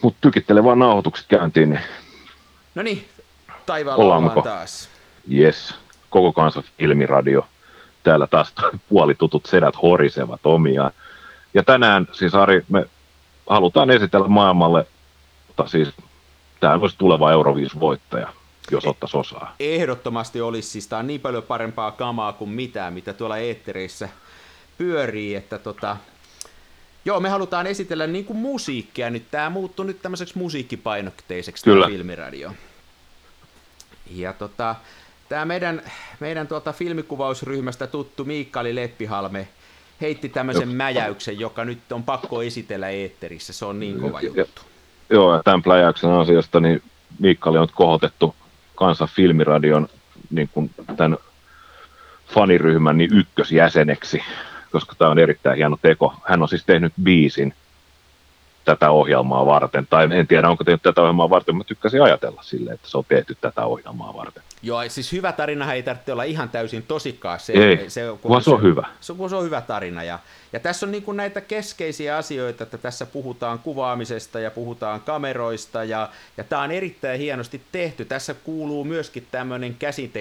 Mutta tykittele vaan nauhoitukset käyntiin, niin No niin, taivaalla ollaan taas. Yes, koko kansan filmiradio. Täällä taas puolitutut sedät horisevat omiaan. Ja tänään siis Ari, me halutaan esitellä maailmalle, mutta siis tämä olisi tuleva Euroviisu-voittaja, jos ottaisi osaa. Ehdottomasti olisi, siis tämä on niin paljon parempaa kamaa kuin mitään, mitä tuolla eettereissä pyörii, että joo, me halutaan esitellä niin kuin musiikkia nyt. Tämä muuttui nyt tämmöiseksi musiikkipainotteiseksi tämä filmiradio. Ja tämä meidän filmikuvausryhmästä tuttu Miikkali Leppihalme heitti tämmöisen mäjäyksen, joka nyt on pakko esitellä eetterissä. Se on niin kova juttu. Joo, ja tämän pläjäyksen asiasta niin Miikkali on kohotettu kansan filmiradion niin kuin tämän faniryhmän niin ykkösjäseneksi, koska tämä on erittäin hieno teko. Hän on siis tehnyt biisin tätä ohjelmaa varten, tai en tiedä, onko tehnyt tätä ohjelmaa varten, mutta tykkäsin ajatella silleen, että se on tehty tätä ohjelmaa varten. Joo, siis hyvä tarinahan ei tarvitse olla ihan täysin tosikkaa. Se on hyvä. Se on hyvä tarina. Ja tässä on niin kuin näitä keskeisiä asioita, että tässä puhutaan kuvaamisesta ja puhutaan kameroista, ja tämä on erittäin hienosti tehty. Tässä kuuluu myöskin tämmöinen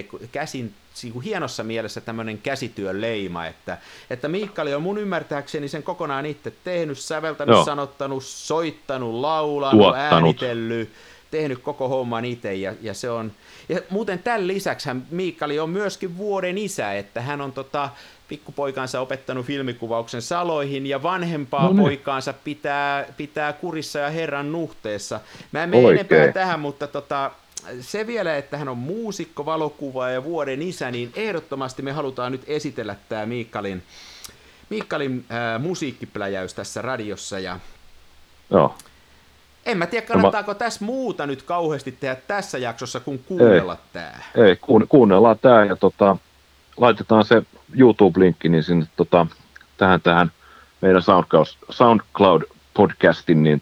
hienossa mielessä tämmöinen käsityön leima, että Miikkali on mun ymmärtääkseni sen kokonaan itse tehnyt, säveltänyt, sanottanut, soittanut, laulanut, äänitellyt, tehnyt koko homman itse, ja se on, ja muuten tämän lisäksi Miikkali on myöskin vuoden isä, että hän on pikkupoikansa opettanut filmikuvauksen saloihin, ja vanhempaa poikaansa pitää kurissa ja Herran nuhteessa. Mä en mene enempää tähän, mutta se vielä, että hän on muusikko, valokuvaaja ja vuoden isä, niin ehdottomasti me halutaan nyt esitellä tämä Miikkalin musiikkipläjäys tässä radiossa. Ja joo. En mä tiedä, kannattaako tässä muuta nyt kauheasti tehdä tässä jaksossa, kun kuunnella tämä. Ei, kuunnellaan tämä ja laitetaan se YouTube-linkki niin sinne tähän meidän SoundCloud-podcastin niin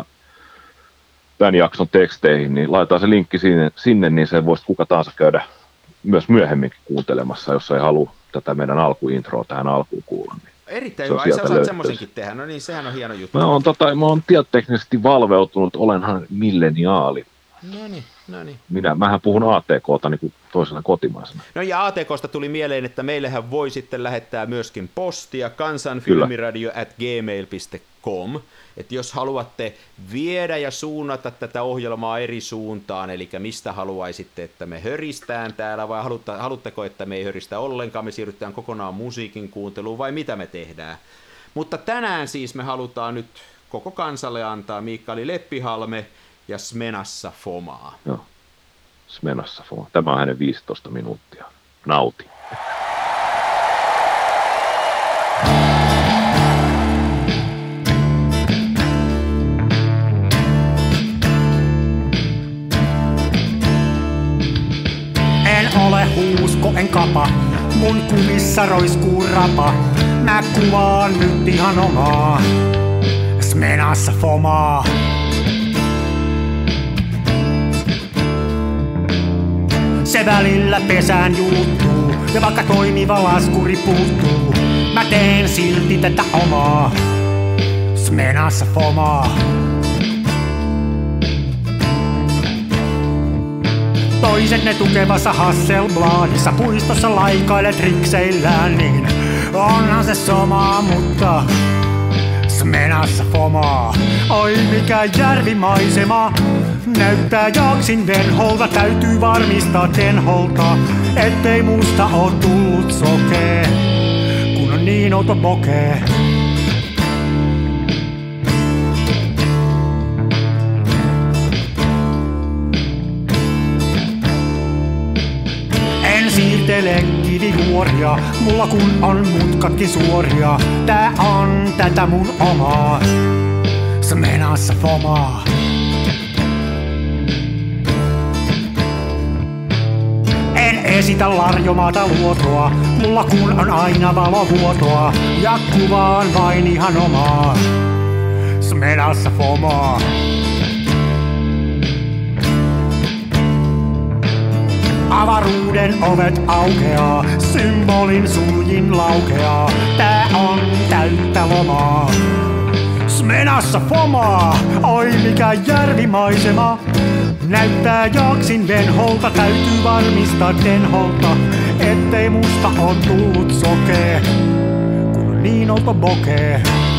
tämän jakson teksteihin, niin laitetaan se linkki sinne, niin se voisi kuka tahansa käydä myös myöhemminkin kuuntelemassa, jos ei halua tätä meidän alkuintroa tähän alkuun kuulla. Niin erittäin hyvä, sä osaat semmoisenkin tehdä, no niin, sehän on hieno juttu. Mä oon tietoteknisesti valveutunut, olenhan milleniaali. No niin. Mähän puhun ATK:ta niin kuin toisena kotimaisena. No ja ATK:sta tuli mieleen, että meillähän voi sitten lähettää myöskin postia kansanfilmiradio@gmail.com, että jos haluatte viedä ja suunnata tätä ohjelmaa eri suuntaan, eli mistä haluaisitte, että me höristään täällä, vai haluatteko, että me ei höristä ollenkaan, me siirrytään kokonaan musiikin kuunteluun, vai mitä me tehdään. Mutta tänään siis me halutaan nyt koko kansalle antaa Miikkali Leppihalme ja Smenassa Fomaa. Joo, Smenassa Fomaa. Tämä on hänen 15 minuuttia. Nauti. En ole huusko, en kapa, mun kumissa roiskuu rapa. Mä kuvaan nyt ihan omaa Smenassa Fomaa. Se välillä pesään juuttuu, ja vaikka toimiva laskuri puuttuu, mä teen silti tätä omaa Smenassa Fomaa. Toisenne tukevassa Hasselbladissa puistossa laikailet rikseillään, niin onhan se somaa, mutta Smenassa Fomaa. Oi mikä järvimaisema näyttää jaksin venholta, täytyy varmistaa tenholta, ettei musta oo tullut sokee, kun on niin outo pokee. En siirtele kivijuoria, mulla kun on mutkatkin suoria. Tää on tätä mun omaa Smenassa Fomaa. En esitä larjomaata luotoa, mulla kun on aina valovuotoa, ja kuvaan vain ihan omaa Smenassa Fomaa. Avaruuden ovet aukeaa, symbolin suljin laukeaa. Tää on täyttä lomaa Smenassa fomaa, oi mikä järvimaisema. Näyttää Jaaksin venholta, täytyy varmistaa Denholta, ettei musta on tullut sokee, kun on niin outo bokee.